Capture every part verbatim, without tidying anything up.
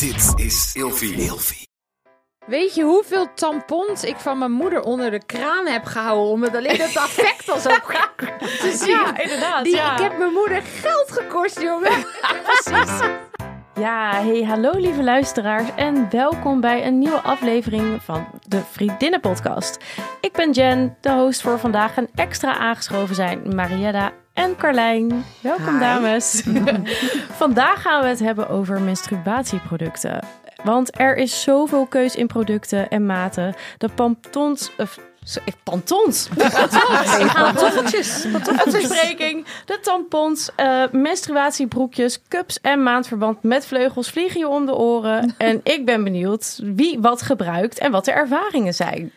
Dit is Ilfie. Ilfie. Weet je hoeveel tampons ik van mijn moeder onder de kraan heb gehouden om het alleen het affect al zo te zien? Ja, inderdaad. Die, ja. Ik heb mijn moeder geld gekost, jongen. Precies. Ja, hey, hallo lieve luisteraars en welkom bij een nieuwe aflevering van de Vriendinnenpodcast. Ik ben Jen, de host voor vandaag en extra aangeschoven zijn Marietta en Carlijn. Welkom Hi. Dames. Vandaag gaan we het hebben over menstruatieproducten. Want er is zoveel keus in producten en maten. De pantons... Uh, Pantons. Pantoffeltjes. Pantoffelverspreking. De tampons, uh, menstruatiebroekjes, cups en maandverband met vleugels vliegen je om de oren. En ik ben benieuwd wie wat gebruikt en wat de ervaringen zijn.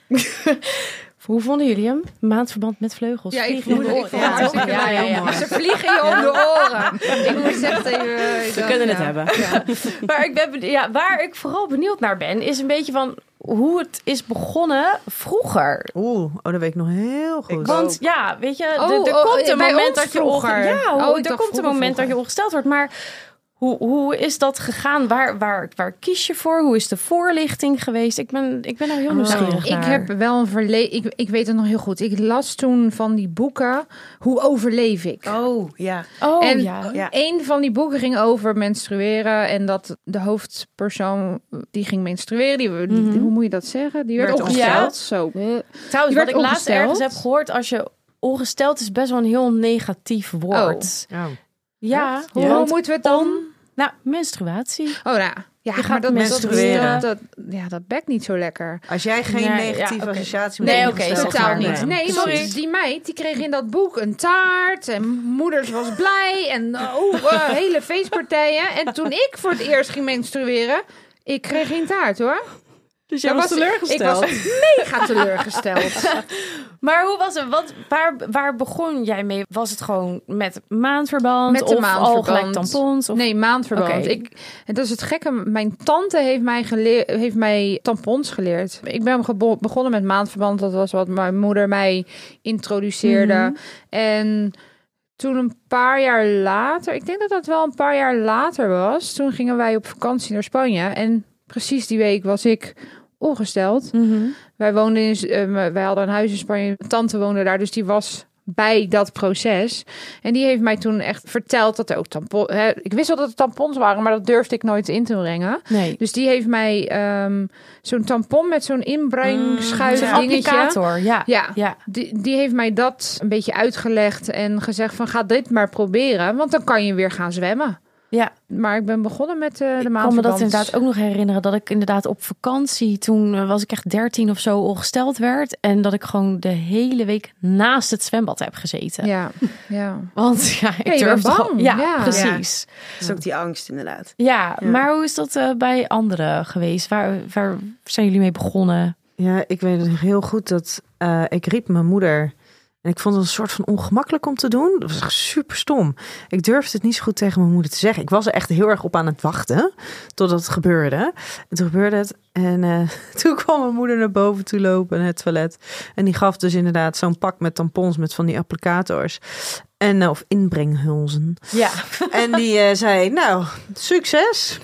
Hoe vonden jullie hem? Maandverband met vleugels. Ja, ik vliegen vond je om het de oren. hartstikke ja, ja, ja, ja. Ze vliegen je om de oren. Ik moest echt even... We kunnen het hebben. Ja. Maar ik ben, benieuwd- ja, waar ik vooral benieuwd naar ben, is een beetje van hoe het is begonnen vroeger. Oeh, oh, dat weet ik nog heel goed. Want ja, weet je, Oh, er, er oh, komt een bij moment ons dat je vroeger. onge- ja, Oh, hoe- ik er dacht komt een vroeger, moment dat vroeger. je ongesteld wordt. Maar hoe, hoe is dat gegaan? Waar, waar, waar kies je voor? Hoe is de voorlichting geweest? Ik ben, ik ben nou heel nieuwsgierig naar. Ik heb wel een verleden... Ik, ik weet het nog heel goed. Ik las toen van die boeken, Hoe overleef ik? Oh, ja. Oh en ja. Ja. een van die boeken ging over menstrueren. En dat de hoofdpersoon die ging menstrueren, die, die- Mhm. hoe moet je dat zeggen? Die werd, Werd ongesteld. ongesteld. Zo. Trouwens, Je wat werd ik laatst ongesteld? ergens heb gehoord, als je ongesteld is best wel een heel negatief woord. Oh. Ja. Hoe, want hoe moeten we het dan? on- Nou, menstruatie. Oh, nou. Ja, Je gaat maar dat, menstrueren. Dat, dat, ja, dat bekt niet zo lekker. Als jij geen Nee, negatieve ja, oké. associatie Nee, met oké, ongesteld totaal hebt, niet. Nee, Sorry. want die meid die kreeg in dat boek een taart en moeders was blij en oh, uh, hele feestpartijen. En toen ik voor het eerst ging menstrueren, ik kreeg geen taart hoor. Dus Daar was- Ik was mega teleurgesteld. Maar hoe was het? Wat, waar, waar begon jij mee? Was het gewoon met maandverband? Met de of al gelijk maandverband. tampons? Of... Nee, maandverband. Oké. Ik, en dat is het gekke. Mijn tante heeft mij, geleer, heeft mij tampons geleerd. Ik ben gebo- begonnen met maandverband. Dat was wat mijn moeder mij introduceerde. Mhm. En toen een paar jaar later, ik denk dat dat wel een paar jaar later was. Toen gingen wij op vakantie naar Spanje. En precies die week was ik ongesteld. Mhm. Wij woonden in, uh, wij hadden een huis in Spanje. Mijn tante woonde daar, dus die was bij dat proces. En die heeft mij toen echt verteld dat er ook tampons... Hè, ik wist wel dat het tampons waren, maar dat durfde ik nooit in te brengen. Nee. Dus die heeft mij um, zo'n tampon met zo'n inbrengschuif Zo'n dingetje. applicator, ja. Ja, ja. die, die heeft mij dat een beetje uitgelegd en gezegd van ga dit maar proberen, want dan kan je weer gaan zwemmen. Ja. Maar ik ben begonnen met uh, de Ik kan me maandverband. dat inderdaad ook nog herinneren. Dat ik inderdaad op vakantie, toen uh, was ik echt dertien of zo, ongesteld werd. En dat ik gewoon de hele week naast het zwembad heb gezeten. Ja, ja. Want ja, ik Ja, je durfde bent bang. gewoon- Ja, Ja. precies. Dat is ook die angst inderdaad. Ja, Ja. maar hoe is dat uh, bij anderen geweest? Waar, waar zijn jullie mee begonnen? Ja, ik weet het nog heel goed dat uh, ik riep mijn moeder. En ik vond het een soort van ongemakkelijk om te doen. Dat was echt super stom. Ik durfde het niet zo goed tegen mijn moeder te zeggen. Ik was er echt heel erg op aan het wachten totdat het gebeurde. En toen gebeurde het. En uh, toen kwam mijn moeder naar boven toe lopen in het toilet. En die gaf dus inderdaad zo'n pak met tampons met van die applicators. En, uh, of inbrenghulzen. Ja. En die uh, zei, nou, succes.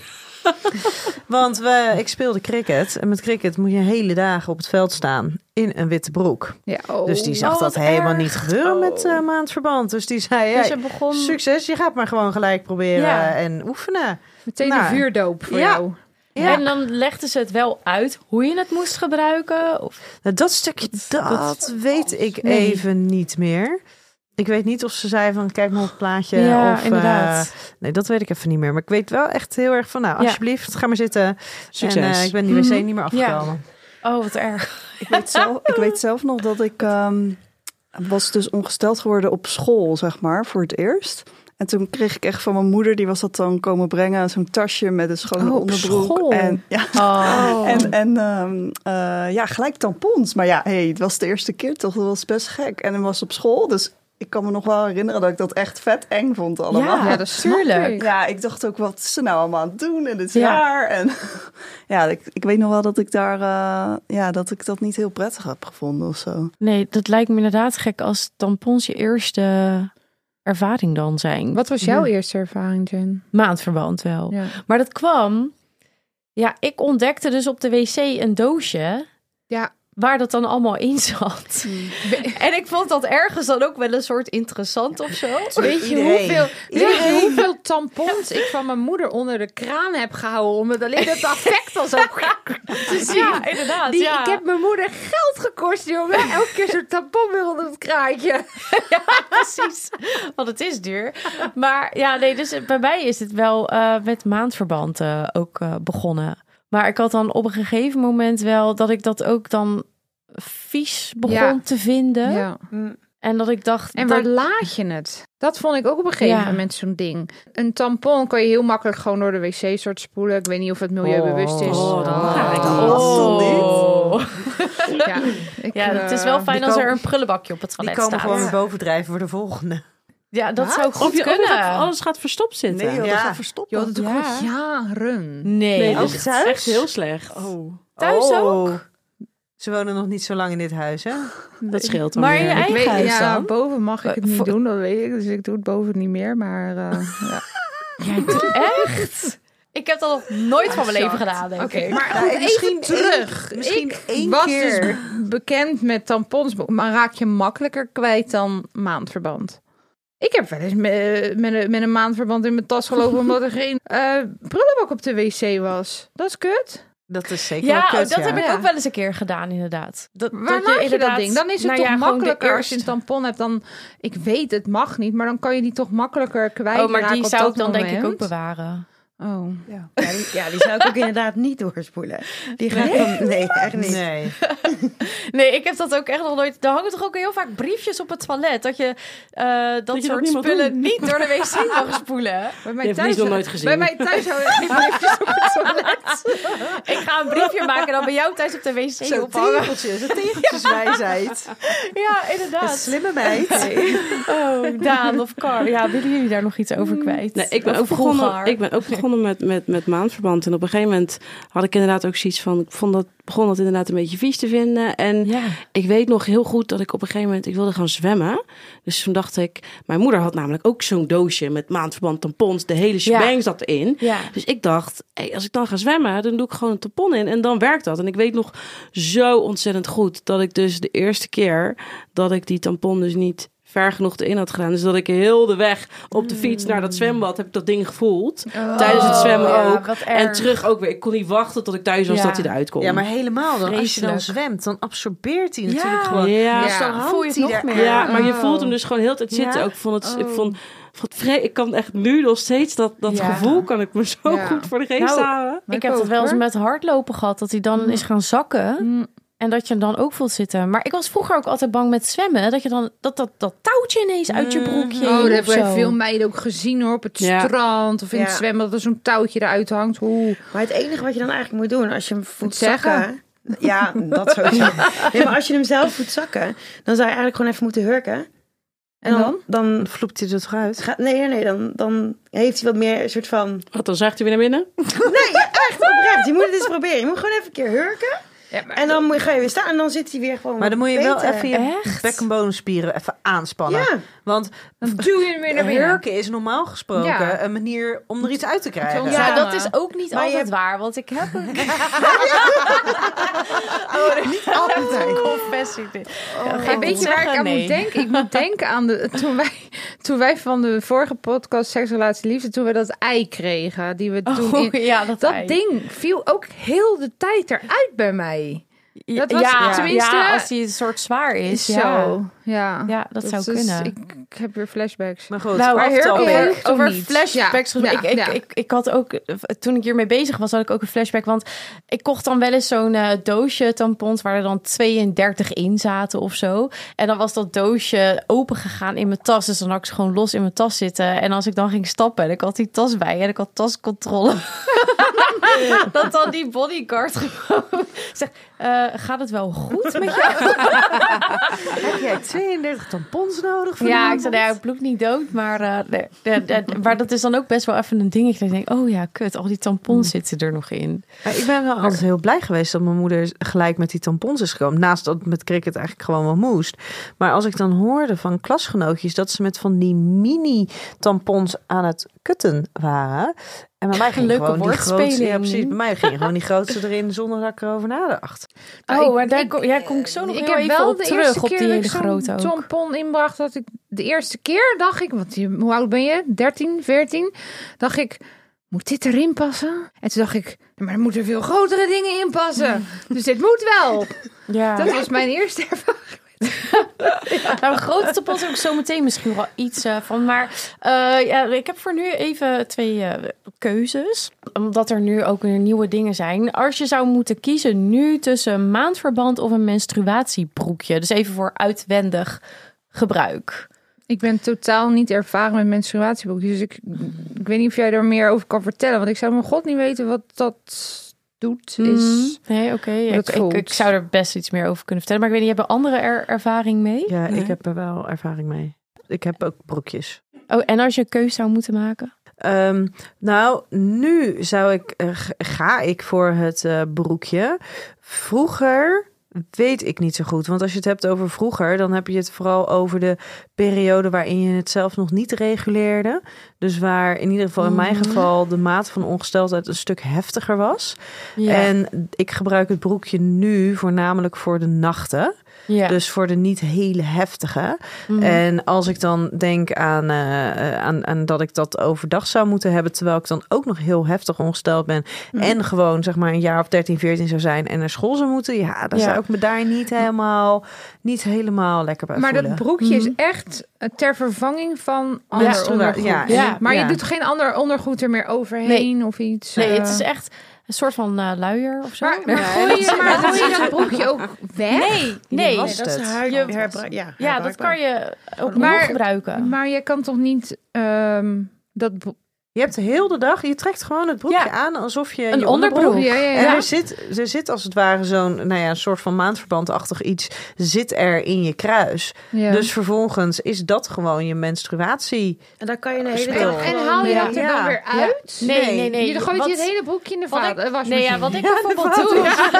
Want we, ik speelde cricket. En met cricket moet je hele dagen op het veld staan in een witte broek. Ja, oh. Dus die zag Oh, dat wat helemaal erg. niet gebeuren Oh. met uh, maandverband. Dus die zei, Dus ja, je begon... succes, je gaat maar gewoon gelijk proberen Ja. en oefenen. Meteen Nou, een vuurdoop voor ja. jou. Ja. En dan legden ze het wel uit hoe je het moest gebruiken? Of... Nou, dat stukje, dat, dat- weet ik nee. even niet meer. Ik weet niet of ze zei van, kijk maar op het plaatje. Ja, of, inderdaad. uh, nee, dat weet ik even niet meer. Maar ik weet wel echt heel erg van, nou, Ja. alsjeblieft, ga maar zitten. Succes. En uh, ik ben die wc Mhm. niet meer Ja. afgekomen. Oh, wat erg. Ik weet zelf, ik weet zelf nog dat ik um, was dus ongesteld geworden op school, zeg maar, voor het eerst. En toen kreeg ik echt van mijn moeder, die was dat dan komen brengen, zo'n tasje met een schone Oh, op onderbroek. school? En, ja, Oh. en, en um, uh, ja, gelijk tampons. Maar ja, hey, het was de eerste keer toch, dat was best gek. En het was op school, dus ik kan me nog wel herinneren dat ik dat echt vet eng vond allemaal. Ja, Ja, dat snap tuurlijk. ik. Ja, ik dacht ook, wat is ze nou allemaal aan het doen? En het is Ja. raar. En ja, ik, ik weet nog wel dat ik daar, uh, ja, dat ik dat niet heel prettig heb gevonden of zo. Nee, dat lijkt me inderdaad gek als tampons je eerste ervaring dan zijn. Wat was jouw Ja. eerste ervaring, Jen? Maandverband wel. Ja. Maar dat kwam... Ja, ik ontdekte dus op de wc een doosje Ja, waar dat dan allemaal in zat. En ik vond dat ergens dan ook wel een soort interessant of zo. weet je, Iedereen. hoeveel, weet je hoeveel tampons ik van mijn moeder onder de kraan heb gehouden om het alleen het effect al zo te zien. Ja, inderdaad. Die, ja. Ik heb mijn moeder geld gekost, jongen. Elke keer zo'n tampon weer onder het kraantje. Precies, want het is duur. Maar ja, nee, dus bij mij is het wel uh, met maandverband uh, ook uh, begonnen. Maar ik had dan op een gegeven moment wel dat ik dat ook dan vies begon Ja. te vinden. Ja. En dat ik dacht... En dat- waar laat je het? Dat vond ik ook op een gegeven Ja. moment zo'n ding. Een tampon kan je heel makkelijk gewoon door de wc soort spoelen. Ik weet niet of het milieubewust is. Oh, dat mag ik niet. Oh. Ja, ik, Ja, het is wel eh, fijn die als er komen- een prullenbakje op het Die toilet komen staat. gewoon weer bovendrijven voor de volgende. Ja, dat Wat? zou goed Of je kunnen. kunnen. alles gaat verstopt zitten. Nee, joh, Ja. dat gaat verstoppen. joh, dat doe ik Ja. al jaren. Nee, Nee, dat dat is is thuis? echt heel slecht. Oh. thuis ook. Oh. Ze wonen nog niet zo lang in dit huis, hè? Dat scheelt dan Maar weer. je Ik eigen weet, huis ja, dan? boven mag ik het niet Voor- doen, dat weet ik. Dus ik doe het boven niet meer. Maar uh, ja. Echt? Ik heb dat nog nooit van mijn leven gedaan, denk Oké, ik. maar Nou, goed, misschien even terug. één- misschien ik één was keer. dus bekend met tampons, maar raak je makkelijker kwijt dan maandverband. Ik heb wel eens met, met, een, met een maandverband in mijn tas gelopen omdat er geen uh, prullenbak op de wc was. Dat is kut. Dat is zeker Ja, wel kut, dat ja. heb ik Ja. ook wel eens een keer gedaan, inderdaad. Dat, Waar laat je, inderdaad- dat ding? Dan is het nou toch ja, gewoon de makkelijker als je een eerste- tampon hebt. Dan, ik weet, het mag niet, maar dan kan je die toch makkelijker kwijt. Oh, maar die op zou dat ik dan denk ik moment. ook bewaren. Oh. Ja. Ja, die, ja, die zou ik ook inderdaad niet doorspoelen. Die gaat dan... Nee, echt niet. Nee. Nee, ik heb dat ook echt nog nooit... Er hangen toch ook heel vaak briefjes op het toilet... dat je uh, dat, je dat soort niet mag spullen doen. niet door de wc mag spoelen. Bij Je mij hebt thuis, Lies nog nooit gezien. Bij mij thuis houden geen briefjes op het toilet. Ik ga een briefje maken en dan bij jou thuis op de wc Zo'n ophangen. tegeltje, zo'n tegeltjeswijsheid. Ja, Een inderdaad. slimme meid. Oh, Daan of Kar. Ja, willen jullie daar nog iets over kwijt? Nee, ik ben, Of ook begonnen, vroeger? ik ben ook begonnen met, met, met maandverband. En op een gegeven moment had ik inderdaad ook zoiets van... Ik vond dat, begon dat inderdaad een beetje vies te vinden. En Ja. ik weet nog heel goed dat ik op een gegeven moment... Ik wilde gaan zwemmen. Dus toen dacht ik... Mijn moeder had namelijk ook zo'n doosje met maandverband, tampons. De hele shebang zat erin. Ja. Dus ik dacht, hey, als ik dan ga zwemmen, dan doe ik gewoon een tampon in en dan werkt dat. En ik weet nog zo ontzettend goed dat ik dus de eerste keer dat ik die tampon dus niet ver genoeg erin had gedaan. Dus dat ik heel de weg op de fiets naar dat zwembad heb ik dat ding gevoeld. Tijdens het zwemmen ja, ook. wat En erg. terug ook weer. Ik kon niet wachten tot ik thuis was Ja. dat hij eruit kon. Ja, maar helemaal dan. Als je dan Vreselijk. zwemt, dan absorbeert hij Ja. natuurlijk gewoon. Ja. Dus dan Ja. hangt Voel je het hij nog er- meer? Ja, maar je Oh. voelt hem dus gewoon heel de tijd zitten. Ja? Ook vond het, ik Oh. vond, vond het vre- ik kan echt nu nog steeds dat, dat Ja. gevoel kan ik me zo Ja. goed voor de geest Nou, houden. Maar Ik ik heb dat ook, wel eens hoor. met hardlopen gehad, dat hij dan is gaan zakken. Mm. En dat je hem dan ook voelt zitten. Maar ik was vroeger ook altijd bang met zwemmen. Dat je dan dat, dat, dat touwtje ineens uit je broekje Oh, dat hing hebben of we zo. veel meiden ook gezien hoor. Op het Ja. strand of in het Ja. zwemmen. Dat er zo'n touwtje eruit hangt. Oeh. Maar het enige wat je dan eigenlijk moet doen als je hem voelt Moet zeggen. zakken... Ja, dat sowieso. Nee, maar als je hem zelf voelt zakken, dan zou je eigenlijk gewoon even moeten hurken. En dan? dan? Dan vloept hij er toch uit. Gaat, nee, nee, nee. Dan, dan heeft hij wat meer een soort van... Wat, dan zegt hij weer naar binnen? Nee, ja, echt oprecht. Je moet het eens proberen. Je moet gewoon even een keer hurken. Ja, maar En dan moet- ga je weer staan en dan zit hij weer gewoon Maar dan moet je wel beter. even je Echt? bekkenbodemspieren even aanspannen. Ja. Want dan duw je hem weer naar binnen. hurken is normaal gesproken Ja. een manier om er iets uit te krijgen. Zo'n- Ja, Ja. dat is ook niet Maar je altijd hebt- waar. Want ik heb een Oh, niet altijd. confessie. Ja, Hey, weet je waar ik aan moet denken? Ik moet denken aan de toen wij, toen wij van de vorige podcast Seks, Relatie, Liefde, toen we dat ei kregen, die we toen Oh, in, ja, dat, dat ei. ding viel ook heel de tijd eruit bij mij. Dat was ja, tenminste ja, als hij een soort zwaar is. zo. Ja, Ja, ja dat, zou is- kunnen. Ik, ik heb weer flashbacks. Maar goed, Nou, maar aftrappen. hurken- over, toen over niet. flashbacks. Ja, ik, ik, ja. ik, ik had ook, toen ik hiermee bezig was, had ik ook een flashback. Want ik kocht dan wel eens zo'n eh, doosje tampons waar er dan tweeëndertig in zaten of zo. En dan was dat doosje open gegaan in mijn tas. Dus dan had ik ze gewoon los in mijn tas zitten. En als ik dan ging stappen en ik had die tas bij en ik had tascontrole. dat dan die bodyguard gewoon zegt, eh, gaat het wel goed met jou? Heb jij tweeëndertig tampons nodig? Voor Ja, de ik zei, nou, ik bloed niet dood, maar, uh, nee, de, de, de, maar dat is dan ook best wel even een dingetje. Dat ik denk, oh ja, kut, al die tampons zitten er nog in. Maar ik ben wel altijd heel blij geweest dat mijn moeder gelijk met die tampons is gekomen. Naast dat het met cricket eigenlijk gewoon wel moest. Maar als ik dan hoorde van klasgenootjes dat ze met van die mini tampons aan het kutten waren. En bij mij ging leuke gewoon die woordspeling. grootste... Ja, precies. Bij mij ging gewoon die grootste erin zonder dat ik erover nadacht. Oh, maar daar ik- kom, ja, kom ik zo nog ik heel heb even wel op de terug, eerste op keer die dat hele ik zo'n grote ook. tampon inbracht, dat ik de eerste keer dacht ik, want je- hoe oud ben je? dertien, veertien? Dacht ik, moet dit erin passen? En toen dacht ik, maar er moeten veel grotere dingen in passen. Dus dit moet wel. Ja. Dat was mijn eerste ervaring. Nou, grote tampons heb ik zo meteen misschien wel iets uh, van. Maar uh, ja, ik heb voor nu even twee uh, keuzes. Omdat er nu ook weer nieuwe dingen zijn. Als je zou moeten kiezen nu tussen een maandverband of een menstruatiebroekje. Dus even voor uitwendig gebruik. Ik ben totaal niet ervaren met menstruatiebroekjes. Dus ik, ik weet niet of jij er meer over kan vertellen. Want ik zou mijn god niet weten wat dat doet. Is... Mm, nee, oké. Okay. Ik, ik, ik zou er best iets meer over kunnen vertellen. Maar ik weet niet, hebben anderen er ervaring mee? Ja, nee. ik heb er wel ervaring mee. Ik heb ook broekjes. Oh, en als je een keuze zou moeten maken? Um, nou, nu zou ik, uh, ga ik voor het uh, broekje. Vroeger weet ik niet zo goed. Want als je het hebt over vroeger, dan heb je het vooral over de periode waarin je het zelf nog niet reguleerde. Dus waar in ieder geval in mijn geval de mate van ongesteldheid een stuk heftiger was. Ja. En ik gebruik het broekje nu voornamelijk voor de nachten. Ja. Dus voor de niet hele heftige. Mm. En als ik dan denk aan, uh, aan, aan dat ik dat overdag zou moeten hebben, terwijl ik dan ook nog heel heftig ongesteld ben. Mm. En gewoon zeg maar een jaar of dertien, veertien zou zijn en naar school zou moeten. Ja, dan ja. zou ik me daar niet helemaal, niet helemaal lekker bij maar voelen. Maar dat broekje mm. is echt ter vervanging van ander ja, ondergoed. Ja, ja. Maar ja. je doet geen ander ondergoed er meer overheen nee. of iets? Nee, uh... het is echt een soort van uh, luier of zo. Maar, maar gooi je, maar gooi je dat broekje ook weg? Nee, nee. nee dat is haar, je, herbruik, ja, ja, dat kan je opnieuw maar, gebruiken. Maar je kan toch niet um, dat... Je hebt de hele dag, je trekt gewoon het broekje ja. aan alsof je een je onderbroek. onderbroek. Ja, ja, ja. En er zit, er zit als het ware zo'n, nou ja, een soort van maandverbandachtig iets zit er in je kruis. Ja. Dus vervolgens is dat gewoon je menstruatie. En dan kan je een hele speel. dag. En haal je ja. dat er dan weer uit? Ja. Nee, nee, nee. Je gooit wat, je het hele broekje in de vaat. Nee, ja, wat ik ja, bijvoorbeeld doe.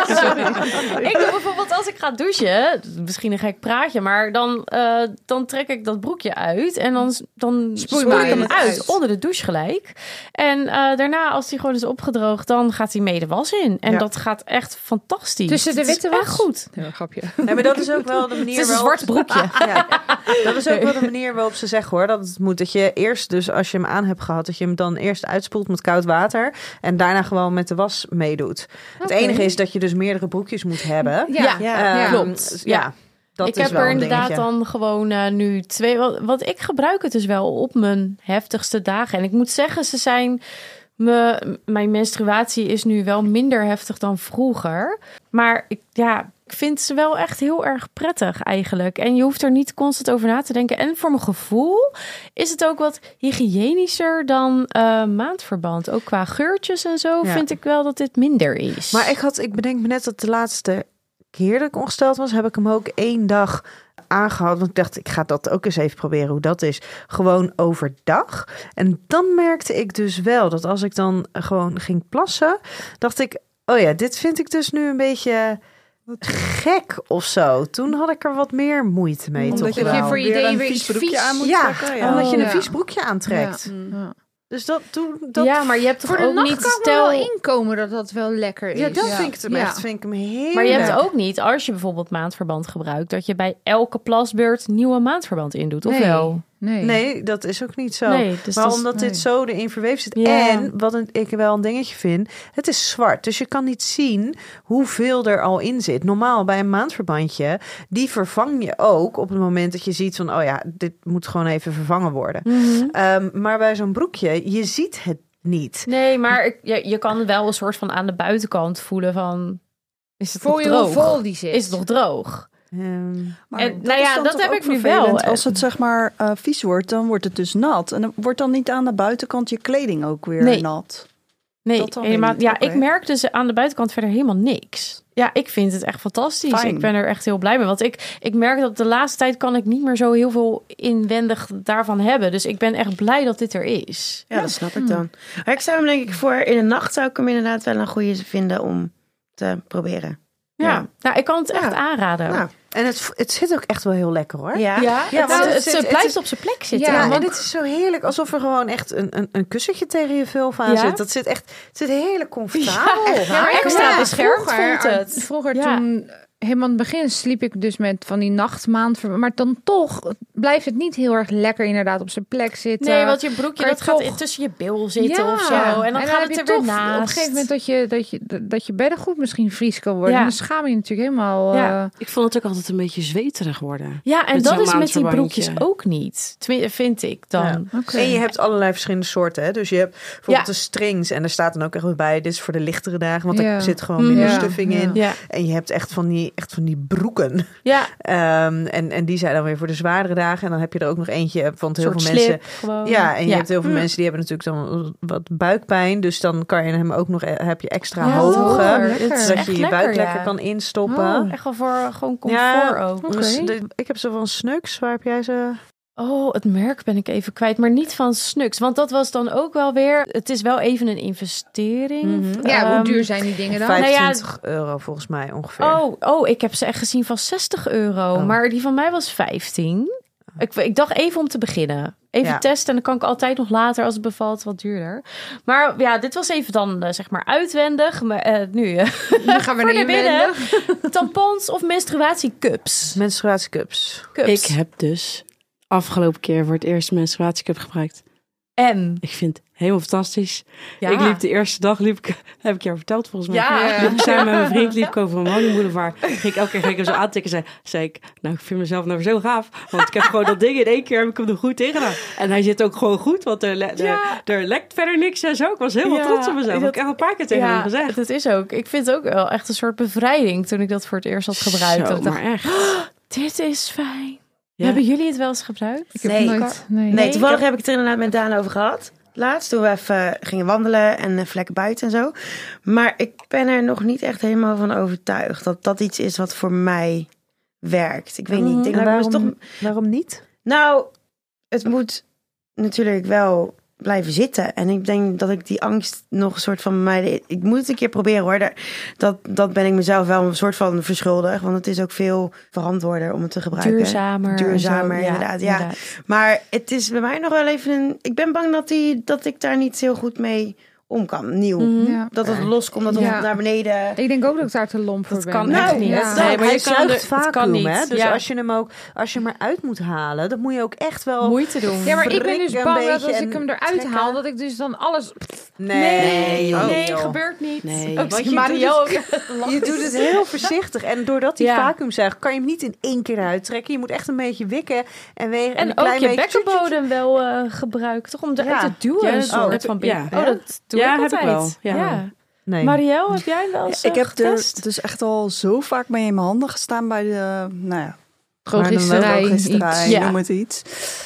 ik doe bijvoorbeeld als ik ga douchen, misschien een gek praatje, maar dan, uh, dan trek ik dat broekje uit en dan, dan spoel ik hem uit, uit onder de douche gelijk. En uh, daarna, als die gewoon is opgedroogd, dan gaat hij mee de was in. En ja. dat gaat echt fantastisch. Tussen de witte was? Echt goed. Ja, grapje. Ja, maar dat is ook wel de manier Het is een zwart broekje. Ja. Dat is ook wel de manier waarop ze zeggen hoor. Dat het moet dat je eerst, dus als je hem aan hebt gehad, dat je hem dan eerst uitspoelt met koud water. En daarna gewoon met de was meedoet. Okay. Het enige is dat je dus meerdere broekjes moet hebben. Ja, ja. Um, klopt. Ja. ja. Dat ik is heb wel er inderdaad dingetje. dan gewoon uh, nu twee. Wat, wat ik gebruik het dus wel op mijn heftigste dagen. En ik moet zeggen, ze zijn. Me, mijn menstruatie is nu wel minder heftig dan vroeger. Maar ik, ja, ik vind ze wel echt heel erg prettig eigenlijk. En je hoeft er niet constant over na te denken. En voor mijn gevoel is het ook wat hygiënischer dan uh, maandverband. Ook qua geurtjes en zo ja. vind ik wel dat dit minder is. Maar ik, had, ik bedenk me net dat de laatste keer dat ik ongesteld was, heb ik hem ook één dag aangehad. Want ik dacht, ik ga dat ook eens even proberen hoe dat is. Gewoon overdag. En dan merkte ik dus wel dat als ik dan gewoon ging plassen, dacht ik, oh ja, dit vind ik dus nu een beetje gek of zo. Toen had ik er wat meer moeite mee. Omdat toch je wel. je voor je idee een weer vies iets broekje vies aan moet ja, trekken. Ja, omdat je een ja. vies broekje aantrekt. Ja. Ja. Dus dat, toen, dat ja, maar je hebt toch voor de ook nacht niet kan stel wel inkomen dat dat wel lekker is. Ja, dat ja. vind ik hem ja. echt, vind ik hem heel Maar je hebt lekker. ook niet, als je bijvoorbeeld maandverband gebruikt, dat je bij elke plasbeurt nieuwe maandverband indoet, of nee. wel? Nee. Nee, dat is ook niet zo. Nee, dus maar dat is, omdat nee. dit zo erin verweven zit. Ja. En wat een, ik wel een dingetje vind, het is zwart. Dus je kan niet zien hoeveel er al in zit. Normaal bij een maandverbandje, die vervang je ook op het moment dat je ziet van, oh ja, dit moet gewoon even vervangen worden. Mm-hmm. Um, maar bij zo'n broekje, je ziet het niet. Nee, maar ik, je, je kan wel een soort van aan de buitenkant voelen van, is het Voel nog je droog? hoe vol die zit? Is het nog droog? Um, Maar En, dat nou is ja, dan dat toch heb ook ik nu vervelend. wel. Als het zeg maar uh, vies wordt, dan wordt het dus nat. En dan wordt dan niet aan de buitenkant je kleding ook weer Nee. nat. Nee, Dat dan helemaal. niet, Ja, oké. ik merk dus aan de buitenkant verder helemaal niks. Ja, ik vind het echt fantastisch. Fijn. Ik ben er echt heel blij mee. Want ik, ik merk dat de laatste tijd kan ik niet meer zo heel veel inwendig daarvan hebben. Dus ik ben echt blij dat dit er is. Ja, dat snap ik dan. Maar ik zou hem denk ik voor in de nacht zou ik hem inderdaad wel een goede vinden om te proberen. Ja, Ja. Nou, ik kan het echt Ja. aanraden. Nou, En het, het zit ook echt wel heel lekker hoor. Ja, Ja, Ja, het, want het, het het zit- blijft het is- op zijn plek zitten. Ja, Ja, en dit is zo heerlijk. Alsof er gewoon echt een, een, een kussentje tegen je vulva aan Ja. zit. Dat zit echt het zit heerlijk comfortabel. Ja, echt. Ja, maar extra Ja, beschermd vroeger, vond het. Vroeger Ja. toen, helemaal in het begin sliep ik dus met van die nachtmaand. Maar dan toch blijft het niet heel erg lekker inderdaad op zijn plek zitten. Nee, want je broekje kan je dat gaat toch- in tussen je bil zitten Ja. of zo. En dan gaat heb het je er weer toch naast. op een gegeven moment dat je, dat je, dat je beddengoed misschien vries kan worden. Ja. En dan schaam je je natuurlijk helemaal... Ja. eh, Ik vond het ook altijd een beetje zweterig worden. Ja, en Met dat zo'n is met die maandverbandje. broekjes ook niet. Tenminste, vind ik dan. Ja. oké. En je hebt allerlei verschillende soorten. Hè? Dus je hebt bijvoorbeeld Ja. de strings. En er staat dan ook echt bij, dit is voor de lichtere dagen. Want Ja. er zit gewoon minder Ja. stuffing in. Ja, En je hebt echt van die, echt van die broeken. ja. Ehm, en, en die zijn dan weer voor de zwaardere dagen. En dan heb je er ook nog eentje. Want heel Soort veel mensen... slip gewoon. Ja, en je Ja. hebt heel veel Hm. mensen die hebben natuurlijk dan wat buikpijn. Dus dan kan je hem ook nog, heb je extra Ja, hoge. hoger. lekker. Het is Zodat echt je je lekker, buik ja. lekker kan instoppen. Oh. Echt wel voor gewoon comfort Ja. ook. Oké. Dus de- ik heb zo van Sneuks. Waar heb jij ze? Oh, het merk ben ik even kwijt, maar niet van Snux. Want dat was dan ook wel weer... Het is wel even een investering. Mhm. Ja, hoe Ehm, duur zijn die dingen dan? nou ja, vijfentwintig euro volgens mij ongeveer. Oh, oh, ik heb ze echt gezien van zestig euro. Oh. Maar die van mij was vijftien. Ik, ik dacht even om te beginnen. Even Ja. testen en dan kan ik altijd nog later als het bevalt wat duurder. Maar ja, dit was even dan eh, zeg maar uitwendig. Maar eh, nu eh, Dan gaan we voor naar naar binnen. binnen. Tampons of menstruatiecups. Menstruatiecups. Cups. Ik heb dus afgelopen keer voor het eerst een menstruatiecup gebruikt. En Ik vind het helemaal fantastisch. ja. Ik liep de eerste dag, liep ik, heb ik jou verteld volgens mij. Ja. Liep ik samen met mijn vriend, liep ik over een woningboulevard. Ging ik elke keer ging ik hem zo aantikken. Zei, zei ik, nou ik vind mezelf nou zo gaaf. Want ik heb gewoon dat ding in één keer, heb ik hem er goed in gedaan. En hij zit ook gewoon goed, want er, le- Ja. er, er lekt verder niks en zo. Ik was helemaal Ja, trots op mezelf. dat- Dat heb ik echt een paar keer tegen hem Ja, gezegd. dat is ook. Ik vind het ook wel echt een soort bevrijding toen ik dat voor het eerst had gebruikt. Zo, Dat ik dacht, maar echt. dit is fijn. Ja. Hebben jullie het wel eens gebruikt? Ik heb Nee. nooit... Nee. Nee, toevallig heb ik het er inderdaad met Daan over gehad. Laatst toen we even gingen wandelen en even lekker buiten en zo. Maar ik ben er nog niet echt helemaal van overtuigd dat dat iets is wat voor mij werkt. Ik weet niet. Ik denk En dat ik me waarom, toch... waarom niet? Nou, het moet natuurlijk wel blijven zitten. En ik denk dat ik die angst nog een soort van mij... Ik moet het een keer proberen hoor. Daar- Dat, dat ben ik mezelf wel een soort van verschuldigd. Want het is ook veel verantwoorder om het te gebruiken. Duurzamer. en Duurzamer, zo. inderdaad, ja. Maar het is bij mij nog wel even een... Ik ben bang dat, die, dat ik daar niet heel goed mee om kan. Nieuw. Mhm. Ja. Dat het loskomt, dat het Ja. naar beneden... Ik denk ook dat ik daar te lomp voor Dat ben. kan Nou, echt niet. Ja. dat- Nee, maar hij je kan zuigt er, het kan vacuüm, niet. hè? Dus Ja. als je hem ook, als je hem eruit moet halen, dan moet je ook echt wel... Moeite doen. Ja, maar ik ben dus Wrikken een bang dat beetje als ik en hem eruit trekken. haal, dat ik dus dan alles... Nee, Nee, oh, nee, joh. gebeurt niet. Nee. Ook Want zie je Marielle ook Je doet het heel voorzichtig. En doordat hij Ja. vacuüm zuigt, kan je hem niet in één keer uittrekken. Je moet echt een beetje wikken en wegen. En een ook klein je beetje... bekkenbodem wel eh gebruikt, toch? Om eruit Ja. te duwen. Ja, een dat- soort oh, van binnen. ja. Oh, dat doe Ja, ik heb ik altijd. wel, ja. Nee. Marielle, heb jij wel eens Ik heb er getest? dus echt al zo vaak mee in mijn handen gestaan bij de, nou ja, Drogisterij. drogisterij, iets. Ja. noem het iets.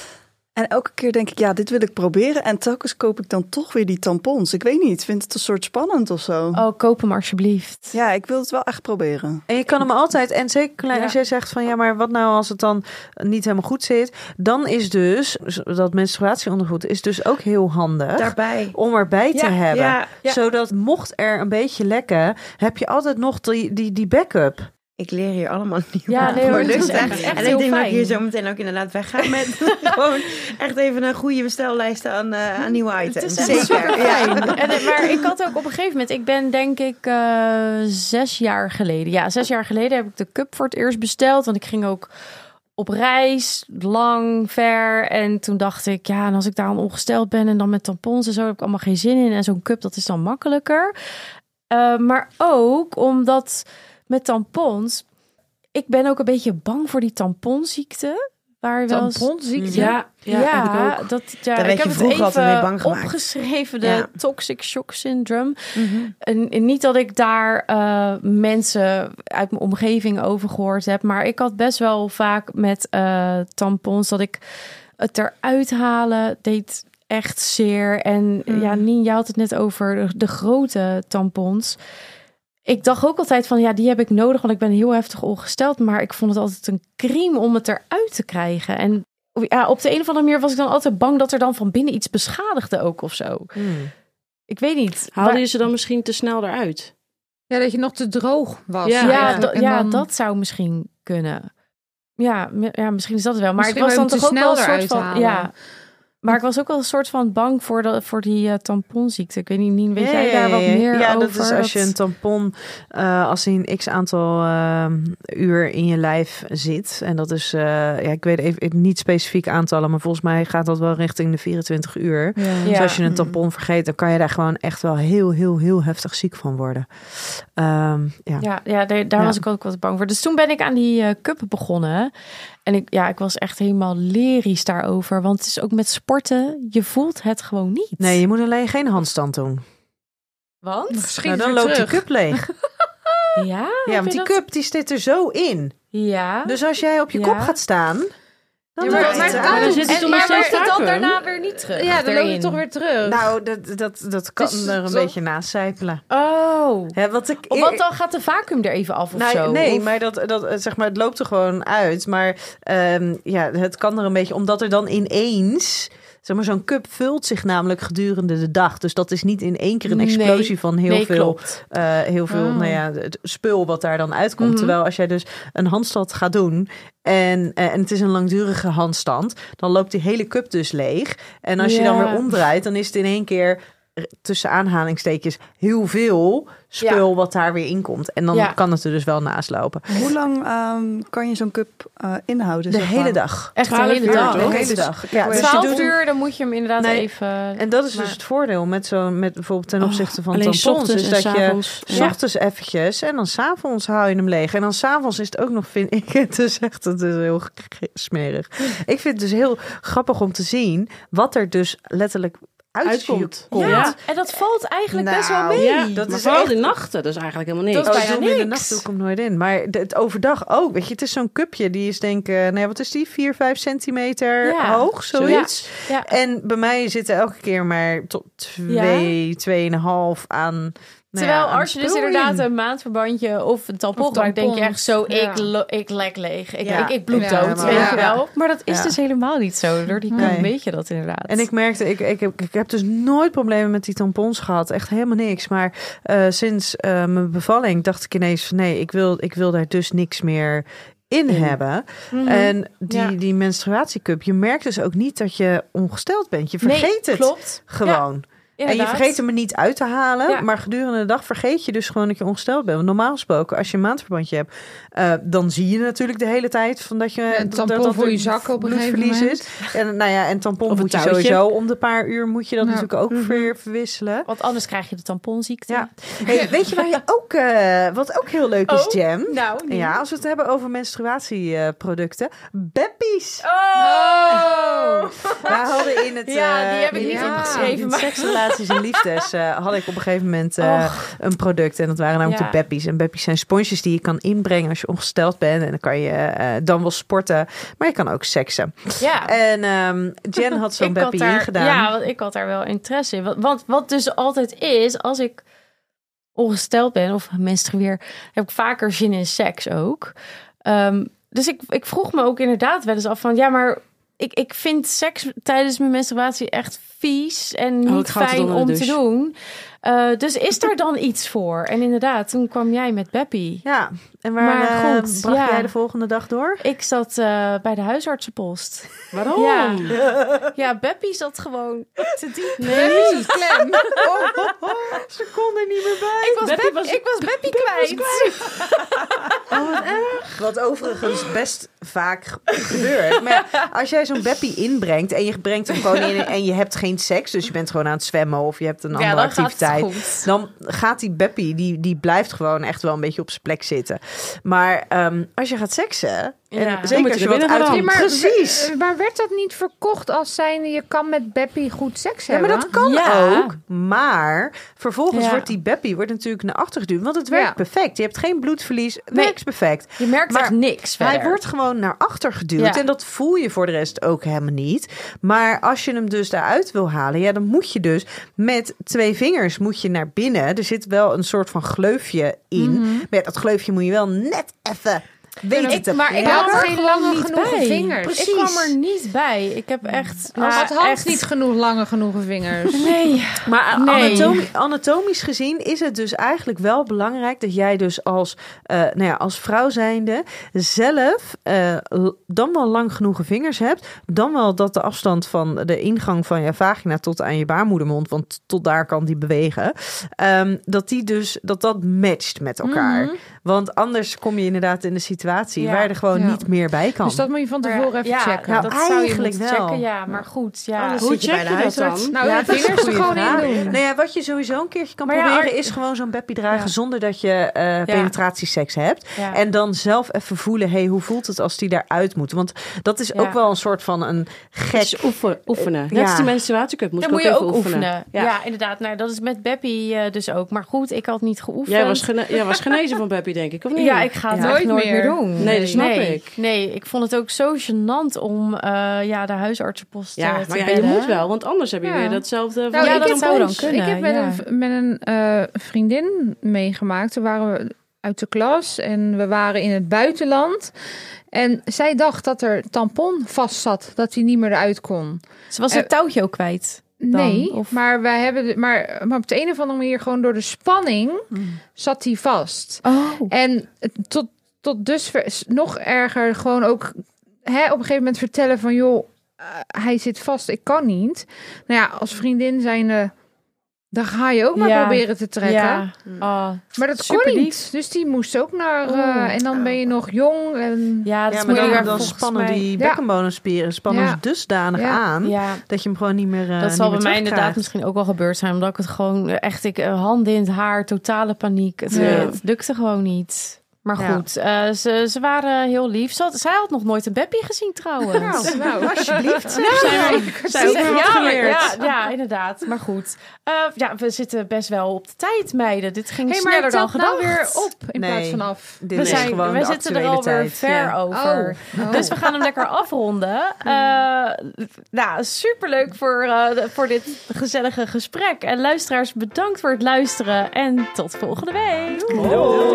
En elke keer denk ik, ja, dit wil ik proberen. En telkens koop ik dan toch weer die tampons. Ik weet niet, ik vind het een soort spannend of zo. Oh, koop hem alsjeblieft. Ja, ik wil het wel echt proberen. En je kan hem altijd, en zeker klein, Ja. als jij zegt van ja, maar wat nou als het dan niet helemaal goed zit, dan is dus dat menstruatieondergoed is dus ook heel handig Daarbij. om erbij te Ja, hebben. ja, ja. Zodat mocht er een beetje lekken, heb je altijd nog die, die, die backup. Ik leer hier allemaal nieuwe Ja, nee, hoor, producten. het is echt- echt en heel ik denk dat ik fijn. hier zo meteen ook inderdaad wegga met gewoon echt even een goede bestellijst aan, uh, aan nieuwe items. Het is echt Zeker. super Ja. fijn. En, het- maar ik had ook op een gegeven moment, ik ben denk ik uh, zes jaar geleden. Ja, zes jaar geleden heb ik de cup voor het eerst besteld. Want ik ging ook op reis, lang, ver. En toen dacht ik, ja, en als ik daar aan ongesteld ben en dan met tampons en zo, heb ik allemaal geen zin in. En zo'n cup, dat is dan makkelijker. Uh, maar ook omdat met tampons, ik ben ook een beetje bang voor die tamponziekte. Waar je wel eens- Tamponziekte? Ja, ja, ja, heb ik ook. dat, ja, Daar werd ik je heb het vroeger even altijd mee bang gemaakt. opgeschreven, de Ja. toxic shock syndrome. Mhm. En, en niet dat ik daar uh, mensen uit mijn omgeving over gehoord heb, maar ik had best wel vaak met uh, tampons dat ik het eruit halen deed echt zeer. En Mm. ja, Nien, je had het net over de, de grote tampons. Ik dacht ook altijd van, ja, die heb ik nodig, want ik ben heel heftig ongesteld. Maar ik vond het altijd een crime om het eruit te krijgen. En ja, op de een of andere manier was ik dan altijd bang dat er dan van binnen iets beschadigde ook of zo. Hmm. Ik weet niet. Haalde Maar- je ze dan misschien te snel eruit? Ja, dat je nog te droog was. Ja, ja, eigenlijk. da- En ja dan- dat zou misschien kunnen. Ja, m- ja, misschien is dat het wel. Maar Misschien ik was dan wil je toch hem ook te wel een snel soort eruit van... halen. Ja, maar ik was ook wel een soort van bang voor, de, voor die uh, tamponziekte. Ik weet niet, Nien, weet Ja, jij ja, daar wat ja, ja. meer ja, over? dat is als je een tampon, uh, als hij een x aantal uh, uur in je lijf zit. En dat is, uh, ja, ik weet even niet specifiek aantallen, maar volgens mij gaat dat wel richting de vierentwintig uur. Ja. Ja. Dus als je een tampon vergeet, dan kan je daar gewoon echt wel heel, heel, heel heftig ziek van worden. Um, ja. Ja, ja daar, daar Ja. was ik ook wat bang voor. Dus toen ben ik aan die uh, cup begonnen. En ik, ja, ik was echt helemaal lyrisch daarover. Want het is ook met sporten, je voelt het gewoon niet. Nee, je moet alleen geen handstand doen. Want? Schiet Nou, dan weer loopt terug. die cup leeg. Ja, Ja, heb want je die dat- cup die zit er zo in. Ja. Dus als jij op je Ja. kop gaat staan, dan Ja, maar- loopt maar- het maar eruit. dan zit het En, toch maar nog steeds loopt het dan vacuüm? daarna weer niet terug? Ja, dan loopt erin? het toch weer terug. Nou, dat, dat, dat kan Dus er een toch- beetje naast zijpelen. Oh. Ja, wat ik, Of wat dan gaat de vacuüm er even af of nee, zo? nee, Of- maar, dat, dat, zeg maar het loopt er gewoon uit. Maar um, ja, het kan er een beetje, omdat er dan ineens... Zeg maar, zo'n cup vult zich namelijk gedurende de dag. Dus dat is niet in één keer een Nee. explosie van heel nee, veel, klopt. uh, heel veel Oh. nou ja, het spul wat daar dan uitkomt. Mhm. Terwijl als jij dus een handstand gaat doen en, uh, en het is een langdurige handstand, dan loopt die hele cup dus leeg. En als je dan Ja. weer omdraait, dan is het in één keer tussen aanhalingstekens heel veel spul Ja. wat daar weer in komt. En dan Ja. kan het er dus wel naast lopen. Hoe lang um, kan je zo'n cup uh, inhouden? De zeg hele maar? dag. Echt de twaalf hele uur, dag. toch? De hele dag. Ja, dus je twaalf doet- uur, dan moet je hem inderdaad Nee. even... En dat is Maar- dus het voordeel met zo'n, met bijvoorbeeld ten opzichte van Alleen tampons, ochtends is en dat je s'avonds. s Ja. ochtends eventjes en dan s'avonds hou je hem leeg. En dan s'avonds is het ook nog, vind ik, het is echt het is heel smerig. Ik vind het dus heel grappig om te zien wat er dus letterlijk uit Uitkomt. je komt. Ja, en dat valt eigenlijk best wel Nou, mee. Ja, dat dat is is vooral echt- die nachten, dus eigenlijk helemaal niks. Dat is Oh, bijna doe hem in de niks. nacht doe ik hem nooit in. Maar de- het overdag ook. Weet je, het is zo'n cupje. Die is denk ik, nee, wat is die? vier, vijf centimeter Ja. hoog, zoiets. Ja. En bij mij zitten elke keer maar tot twee, tweeënhalf aan. Nou Terwijl ja, aan als je dus spul inderdaad in. een maandverbandje of een tampon Of gebruikt, denk je tampons. echt zo, Ja. ik, lo- ik lek leeg. Ik, Ja. ik, ik bloeddood, Ja, maar- weet ja. je wel. Maar dat is Ja. dus helemaal niet zo. Door die cup Nee. weet je dat inderdaad. En ik merkte, ik, ik, heb, ik heb dus nooit problemen met die tampons gehad. Echt helemaal niks. Maar uh, sinds uh, mijn bevalling dacht ik ineens van nee, ik wil, ik wil daar dus niks meer in In. hebben. Mhm. En die, Ja. die menstruatiecup, je merkt dus ook niet dat je ongesteld bent. Je vergeet nee, het klopt. gewoon. En je Inderdaad. vergeet hem er niet uit te halen. Ja. Maar gedurende de dag vergeet je dus gewoon dat je ongesteld bent. Want normaal gesproken, als je een maandverbandje hebt, uh, dan zie je natuurlijk de hele tijd van dat je Ja, een dat- tampon dat, dat voor er je zak op een gegeven bloedverlies moment. is. En nou ja, en tampon Of een moet je touwtje. sowieso om de paar uur moet je dat Ja. natuurlijk ook Mhm. weer verwisselen. Want anders krijg je de tamponziekte. Ja. Hey, weet je waar je ook, uh, wat ook heel leuk is, Oh, Jam? Nou, nee. Ja, als we het hebben over menstruatieproducten. Beppies. Oh! We hadden in het... Ja, uh, die heb ik in- niet ja. opgeschreven. In Maar... seksrelaties en liefdes uh, had ik op een gegeven moment uh, Och. een product. En dat waren namelijk Ja. de Beppies. En Beppies zijn sponsjes die je kan inbrengen als je ongesteld bent. En dan kan je uh, dan wel sporten. Maar je kan ook seksen. Ja. En um, Jen had zo'n Ik had Beppie daar- ingedaan. Ja, want ik had daar wel interesse in. Want, want wat dus altijd is, als ik ongesteld ben of menstrueer, heb ik vaker zin in seks ook. Um, dus ik, ik vroeg me ook inderdaad wel eens af van, ja, maar ik, ik vind seks tijdens mijn menstruatie echt vies en Oh, niet ik ga altijd fijn onder de om te douche. doen. Uh, dus is daar dan iets voor? En inderdaad, toen kwam jij met Beppie. Ja, en waar Maar uh, goed, bracht ja. jij de volgende dag door? Ik zat uh, bij de huisartsenpost. Waarom? Ja. Ja, Beppie zat gewoon te diep. Nee, is klem. Ze kon er niet meer bij. Ik was, Beppie Bep- was- ik was Beppie kwijt. Wat overigens best vaak gebeurt. Maar ja, als jij zo'n Beppie inbrengt en je brengt hem gewoon in en je hebt geen seks, dus je bent gewoon aan het zwemmen of je hebt een andere Ja, dan gaat het activiteit, goed. dan gaat die Beppie, die, die blijft gewoon echt wel een beetje op zijn plek zitten. Maar um, als je gaat seksen, en Ja. Dan zeker moet als je je er wat binnen gaan uit... dan. Precies. Maar werd dat niet verkocht als zijnde je kan met Beppie goed seks Ja, hebben? maar dat kan Ja. ook. Maar vervolgens Ja. wordt die Beppie wordt natuurlijk naar achter geduwd. Want het werkt Ja. perfect. Je hebt geen bloedverlies. Het Nee. werkt perfect. Je merkt Maar echt niks verder. Hij wordt gewoon naar achter geduwd. Ja. En dat voel je voor de rest ook helemaal niet. Maar als je hem dus daaruit wil halen, ja, dan moet je dus met twee vingers moet je naar binnen. Er zit wel een soort van gleufje in. Mhm. Maar ja, dat gleufje moet je wel net even weet Ik, het. maar ik Ja, had had er geen gewoon lange niet genoegen bij. vingers. Ik Precies. kwam er niet bij. Ik heb echt... Nou, ja, had Hans echt- niet genoeg lange genoegen vingers? Nee. Maar Nee. anatomi- anatomisch gezien is het dus eigenlijk wel belangrijk dat jij dus als, uh, nou ja, als vrouw zijnde zelf uh, dan wel lang genoeg vingers hebt. Dan wel dat de afstand van de ingang van je vagina tot aan je baarmoedermond, want tot daar kan die bewegen. Um, dat die dus, dat dat matcht met elkaar. Mhm. Want anders kom je inderdaad in de situatie Ja. waar je er gewoon Ja. niet meer bij kan. Dus dat moet je van tevoren Maar even ja, checken. Ja, Nou, dat zou je eigenlijk moeten wel. checken, ja. Maar goed, ja. Anders Hoe zit je bij check de je dat huisarts. dan? Nou, Ja, de dat is vingers een er goede gewoon vraag. in doen. Nou ja, wat je sowieso een keertje kan Maar ja, proberen ar- is gewoon zo'n beppie dragen Ja. zonder dat je uh, penetratieseks hebt. Ja. En dan zelf even voelen, hey, hoe voelt het als die daaruit moet? Want dat is Ja. ook wel een soort van een gek... Dus oefen, oefenen. Net Ja. als die menstruatiecup moest Dan ik moet ook je even ook oefenen. oefenen. Ja. inderdaad. Nou, dat is met Beppie uh, dus ook. Maar goed, ik had niet geoefend. Jij was, gene- jij was genezen van Beppie, denk ik, of niet? Ja, ik ga het Ja. echt Nooit nooit meer meer. doen. Nee, dat snap nee. ik. Nee, ik vond het ook zo gênant om uh, ja, de huisartsenpost Ja, uh, te maar ja, bellen. je moet wel, want anders heb je Ja. weer datzelfde... van Nou, Ja, ik dat heb zou dan ons- kunnen, Ik heb met ja. een, met een uh, vriendin meegemaakt. Toen waren we uit de klas en we waren in het buitenland. En zij dacht dat er tampon vast zat, dat hij niet meer eruit kon. Ze was het Uh, touwtje ook kwijt. Dan, Nee, of- maar wij hebben, de, maar, maar op de een of andere manier gewoon door de spanning zat hij vast. Oh. En tot, tot dusver is nog erger gewoon ook hè, op een gegeven moment vertellen van joh, uh, hij zit vast, ik kan niet. Nou ja, als vriendin zijnde, dan ga je ook maar Ja. proberen te trekken. Ja. Oh. Maar dat Super kon lief. niet. Dus die moest ook naar... uh, Oh. en dan ben je nog jong. En... Ja, dat Ja, is maar dan, moeilijk, dan volgens spannen mij. die Ja. bekkenbodemspieren spannen Ja. dusdanig Ja. aan Ja, dat je hem gewoon niet meer uh, dat zal bij niet mij meer inderdaad terugkrijgt. misschien ook wel gebeurd zijn. Omdat ik het gewoon echt, ik uh, handen in het haar, totale paniek. Het, Ja. het lukte gewoon niet. Maar Ja. goed, uh, ze, ze waren heel lief. Ze had, zij had nog nooit een Beppie gezien trouwens. Nou, nou, Alsjeblieft. Zijn we, zijn we ook weer wat ja, maar- geleerd. ja, ja, inderdaad. Maar goed. Uh, ja, we zitten best wel op de tijd, meiden. Dit ging Hey, maar sneller dan telt gedacht. nou weer op in Nee. plaats van af. Dit We, is zijn, gewoon we de zitten er actuele alweer tijd. ver Ja. over. Oh. Dus we gaan hem lekker afronden. Uh, nou, superleuk voor, uh, voor dit gezellige gesprek. En luisteraars, bedankt voor het luisteren. En tot volgende week. Doei.